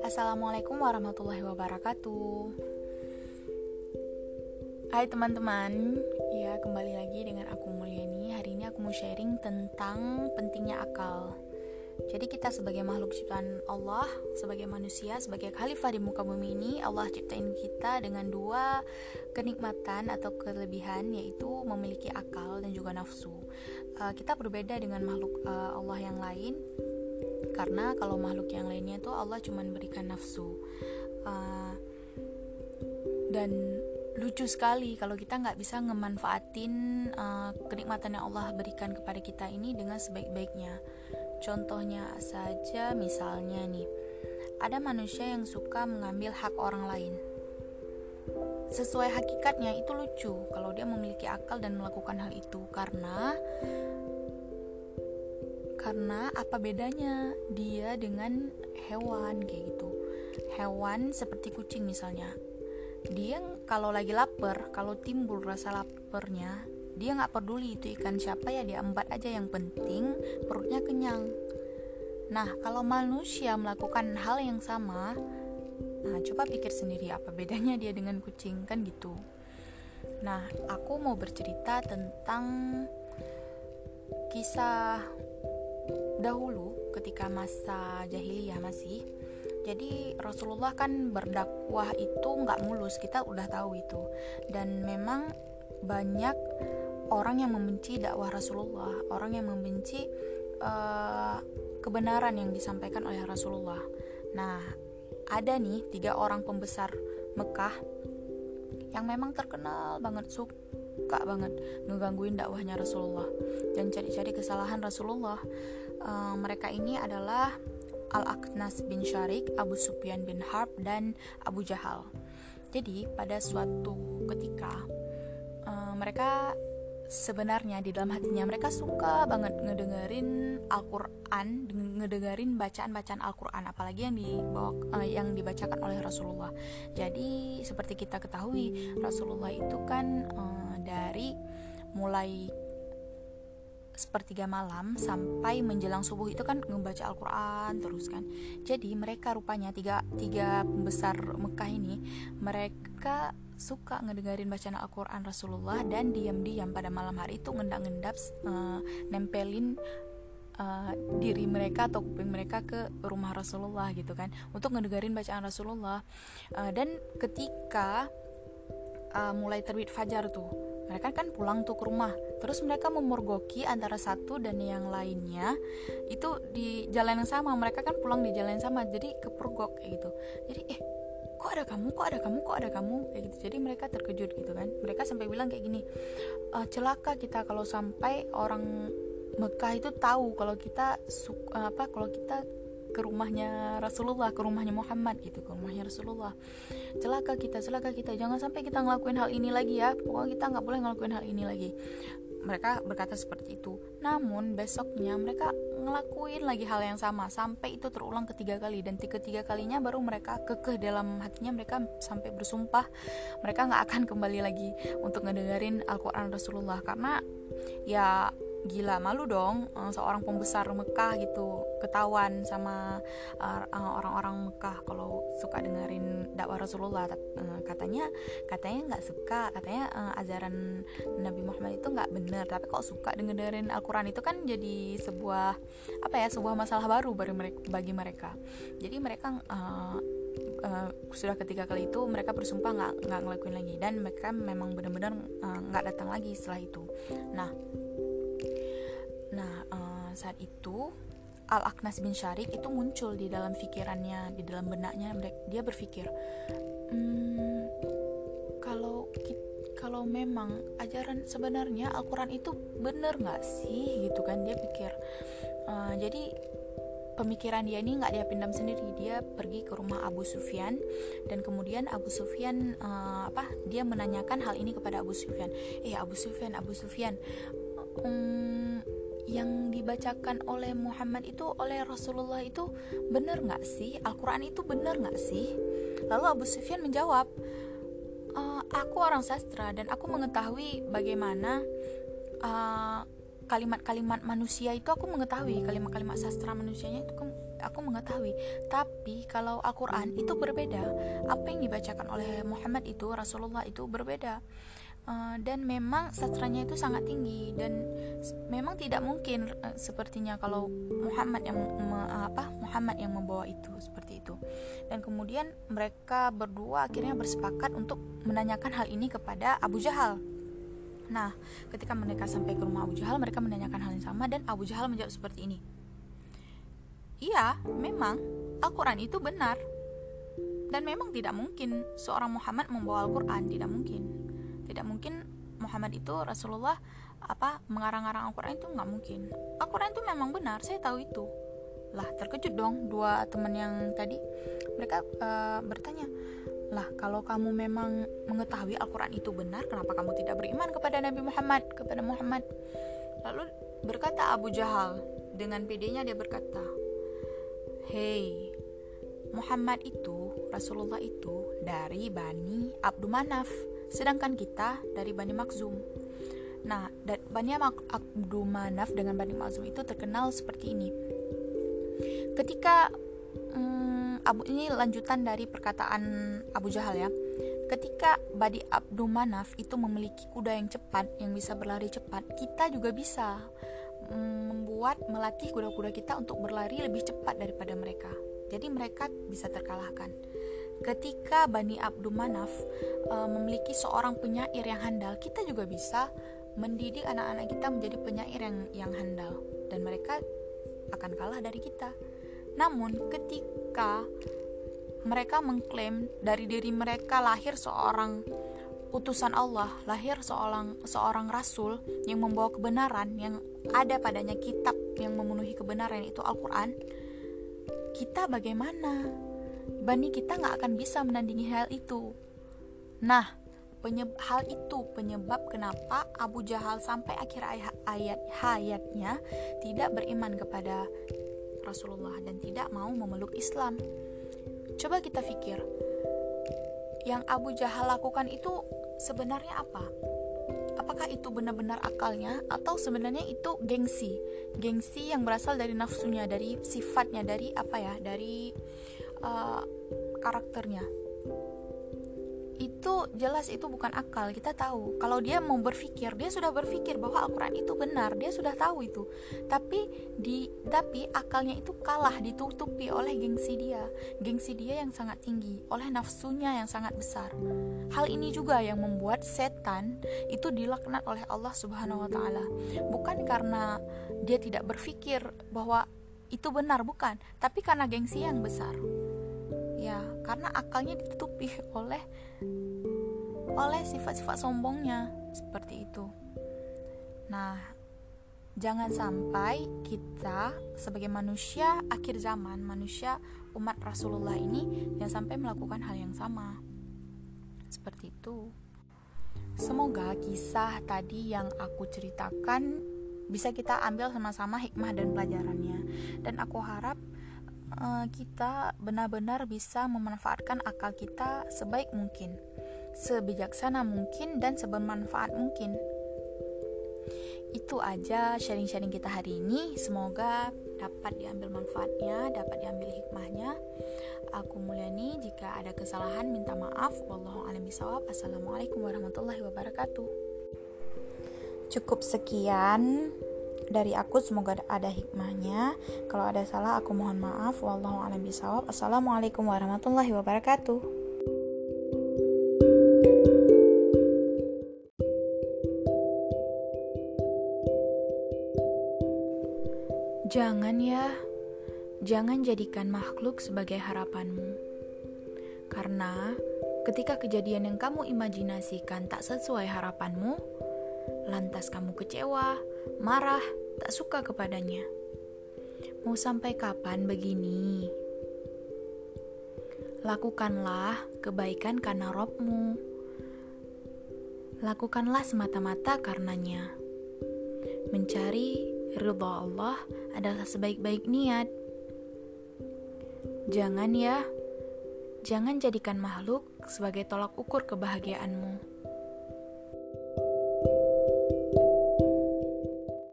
Assalamualaikum warahmatullahi wabarakatuh. Hai teman-teman, ya kembali lagi dengan aku Mulyani. Hari ini aku mau sharing tentang pentingnya akal. Jadi kita sebagai makhluk ciptaan Allah, sebagai manusia, sebagai khalifah di muka bumi ini, Allah ciptain kita dengan dua kenikmatan atau kelebihan, yaitu memiliki akal dan juga nafsu. Kita berbeda dengan makhluk Allah yang lain, karena kalau makhluk yang lainnya itu Allah cuma berikan nafsu. Dan lucu sekali kalau kita nggak bisa ngemanfaatin kenikmatan yang Allah berikan kepada kita ini dengan sebaik-baiknya. Contohnya saja, misalnya nih, ada manusia yang suka mengambil hak orang lain. Sesuai hakikatnya itu lucu kalau dia memiliki akal dan melakukan hal itu, karena apa bedanya dia dengan hewan kayak gitu. Hewan seperti kucing misalnya, dia kalau lagi lapar, kalau timbul rasa laparnya, dia nggak peduli itu ikan siapa, ya dia embat aja, yang penting perutnya kenyang. Nah, kalau manusia melakukan hal yang sama, coba pikir sendiri apa bedanya dia dengan kucing, kan gitu. Nah, aku mau bercerita tentang kisah dahulu ketika masa jahiliyah masih. Jadi Rasulullah kan berdakwah itu nggak mulus, kita udah tahu itu. Dan memang banyak orang yang membenci dakwah Rasulullah, orang yang membenci kebenaran yang disampaikan oleh Rasulullah. Nah, ada nih 3 orang pembesar Mekah yang memang terkenal banget, suka banget ngegangguin dakwahnya Rasulullah dan cari-cari kesalahan Rasulullah. Mereka ini adalah Al-Aqnas bin Syarik, Abu Sufyan bin Harb, dan Abu Jahal. Jadi pada suatu ketika mereka sebenarnya di dalam hatinya mereka suka banget ngedengerin Al-Quran, ngedengerin bacaan-bacaan Al-Quran, apalagi yang dibacakan oleh Rasulullah. Jadi seperti kita ketahui, Rasulullah itu kan dari mulai sepertiga malam sampai menjelang subuh itu kan ngebaca Al-Quran terus kan. Jadi mereka rupanya tiga pembesar Mekah ini, mereka suka ngedengerin bacaan Al-Quran Rasulullah dan diam-diam pada malam hari itu ngendap-ngendap nempelin diri mereka atau kuping mereka ke rumah Rasulullah gitu kan, untuk ngedengerin bacaan Rasulullah. Dan ketika mulai terbit fajar tuh, mereka kan pulang tuh ke rumah, terus mereka memergoki antara satu dan yang lainnya itu di jalan yang sama. Mereka kan pulang di jalan yang sama, jadi kepergok kayak gitu. Jadi kok ada kamu kayak gitu. Jadi mereka terkejut gitu kan. Mereka sampai bilang kayak gini, celaka kita kalau sampai orang Mekah itu tahu kalau kita kalau kita ke rumahnya Rasulullah, ke rumahnya Muhammad gitu, ke rumahnya Rasulullah. Celaka kita, jangan sampai kita ngelakuin hal ini lagi ya, pokoknya kita nggak boleh ngelakuin hal ini lagi. Mereka berkata seperti itu. Namun besoknya mereka ngelakuin lagi hal yang sama, sampai itu terulang ketiga kali. Dan ketiga kalinya baru mereka kekeh dalam hatinya, mereka sampai bersumpah mereka nggak akan kembali lagi untuk ngedengerin Al-Quran Rasulullah, karena ya gila, malu dong seorang pembesar Mekah gitu ketahuan sama orang-orang Mekah kalau suka dengerin dakwah Rasulullah. Katanya nggak suka, katanya ajaran Nabi Muhammad itu nggak benar, tapi kok suka dengerin Al-Quran, itu kan jadi sebuah masalah baru bagi mereka. Jadi mereka sudah ketiga kali itu mereka bersumpah nggak ngelakuin lagi, dan mereka memang benar-benar nggak datang lagi setelah itu. Nah, saat itu Al-Aqnas bin Syarik itu muncul di dalam pikirannya, di dalam benaknya. Dia berpikir, kalau memang ajaran sebenarnya Al-Quran itu benar nggak sih gitu kan, dia pikir. Jadi pemikiran dia ini nggak dia pendam sendiri, dia pergi ke rumah Abu Sufyan, dan kemudian Abu Sufyan dia menanyakan hal ini kepada Abu Sufyan. Abu Sufyan, yang dibacakan oleh Muhammad itu, oleh Rasulullah itu benar nggak sih? Al-Quran itu benar nggak sih? Lalu Abu Sufyan menjawab, aku orang sastra dan aku mengetahui bagaimana kalimat-kalimat manusia itu, aku mengetahui kalimat-kalimat sastra manusianya itu aku mengetahui. Tapi kalau Al-Quran itu berbeda. Apa yang dibacakan oleh Muhammad itu, Rasulullah itu berbeda. Dan memang sastranya itu sangat tinggi, dan memang tidak mungkin sepertinya kalau Muhammad yang membawa itu seperti itu. Dan kemudian mereka berdua akhirnya bersepakat untuk menanyakan hal ini kepada Abu Jahal. Nah, ketika mereka sampai ke rumah Abu Jahal, mereka menanyakan hal yang sama, dan Abu Jahal menjawab seperti ini. Iya, memang Al-Quran itu benar, dan memang tidak mungkin seorang Muhammad membawa Al-Quran, tidak mungkin Muhammad itu Rasulullah mengarang-arang Al-Quran, itu nggak mungkin. Al-Quran itu memang benar, saya tahu itu. Lah, terkejut dong dua teman yang tadi. Mereka bertanya, lah kalau kamu memang mengetahui Al-Quran itu benar, kenapa kamu tidak beriman kepada Nabi Muhammad, kepada Muhammad? Lalu berkata Abu Jahal, dengan pedenya dia berkata, hei, Muhammad itu, Rasulullah itu dari Bani Abdul Manaf, sedangkan kita dari Bani Makhzum. Nah, Bani Abdul Manaf dengan Bani Makhzum itu terkenal seperti ini. Ketika ini lanjutan dari perkataan Abu Jahal ya. Ketika Bani Abdul Manaf itu memiliki kuda yang cepat, yang bisa berlari cepat, kita juga bisa melatih kuda-kuda kita untuk berlari lebih cepat daripada mereka. Jadi mereka bisa terkalahkan. Ketika Bani Abdul Manaf memiliki seorang penyair yang handal, kita juga bisa mendidik anak-anak kita menjadi penyair yang handal, dan mereka akan kalah dari kita. Namun ketika mereka mengklaim dari diri mereka lahir seorang utusan Allah, lahir seorang rasul yang membawa kebenaran, yang ada padanya kitab yang memenuhi kebenaran, itu Al-Quran, kita bagaimana? Bani kita gak akan bisa menandingi hal itu. Nah, hal itu penyebab kenapa Abu Jahal sampai akhir hayatnya tidak beriman kepada Rasulullah dan tidak mau memeluk Islam. Coba kita pikir, yang Abu Jahal lakukan itu sebenarnya apa? Apakah itu benar-benar akalnya, atau sebenarnya itu gengsi yang berasal dari nafsunya, dari sifatnya, dari karakternya? Itu jelas itu bukan akal. Kita tahu kalau dia mau berpikir, dia sudah berpikir bahwa Al-Quran itu benar, dia sudah tahu itu. Tapi akalnya itu kalah, ditutupi oleh gengsi dia yang sangat tinggi, oleh nafsunya yang sangat besar. Hal ini juga yang membuat setan itu dilaknat oleh Allah Subhanahu wa taala. Bukan karena dia tidak berpikir bahwa itu benar, bukan, tapi karena gengsi yang besar. Ya, karena akalnya ditutupi oleh sifat-sifat sombongnya seperti itu. Nah, jangan sampai kita sebagai manusia akhir zaman, manusia umat Rasulullah ini, yang sampai melakukan hal yang sama seperti itu. Semoga kisah tadi yang aku ceritakan bisa kita ambil sama-sama hikmah dan pelajarannya, dan aku harap kita benar-benar bisa memanfaatkan akal kita sebaik mungkin, sebijaksana mungkin, dan sebermanfaat mungkin. Itu aja sharing-sharing kita hari ini. Semoga dapat diambil manfaatnya, dapat diambil hikmahnya. Aku Mulyani, jika ada kesalahan minta maaf. Wallahu a'lam bishawab. Assalamualaikum warahmatullahi wabarakatuh. Cukup sekian dari aku, semoga ada hikmahnya. Kalau ada salah aku mohon maaf. Wallahu a'lam bishawab. Assalamualaikum warahmatullahi wabarakatuh. Jangan jadikan makhluk sebagai harapanmu. Karena ketika kejadian yang kamu imajinasikan tak sesuai harapanmu, lantas kamu kecewa, marah, tak suka kepadanya. Mau sampai kapan begini? Lakukanlah kebaikan karena Rabb-mu. Lakukanlah semata-mata karenanya. Mencari ridha Allah adalah sebaik-baik niat. Jangan jadikan makhluk sebagai tolak ukur kebahagiaanmu.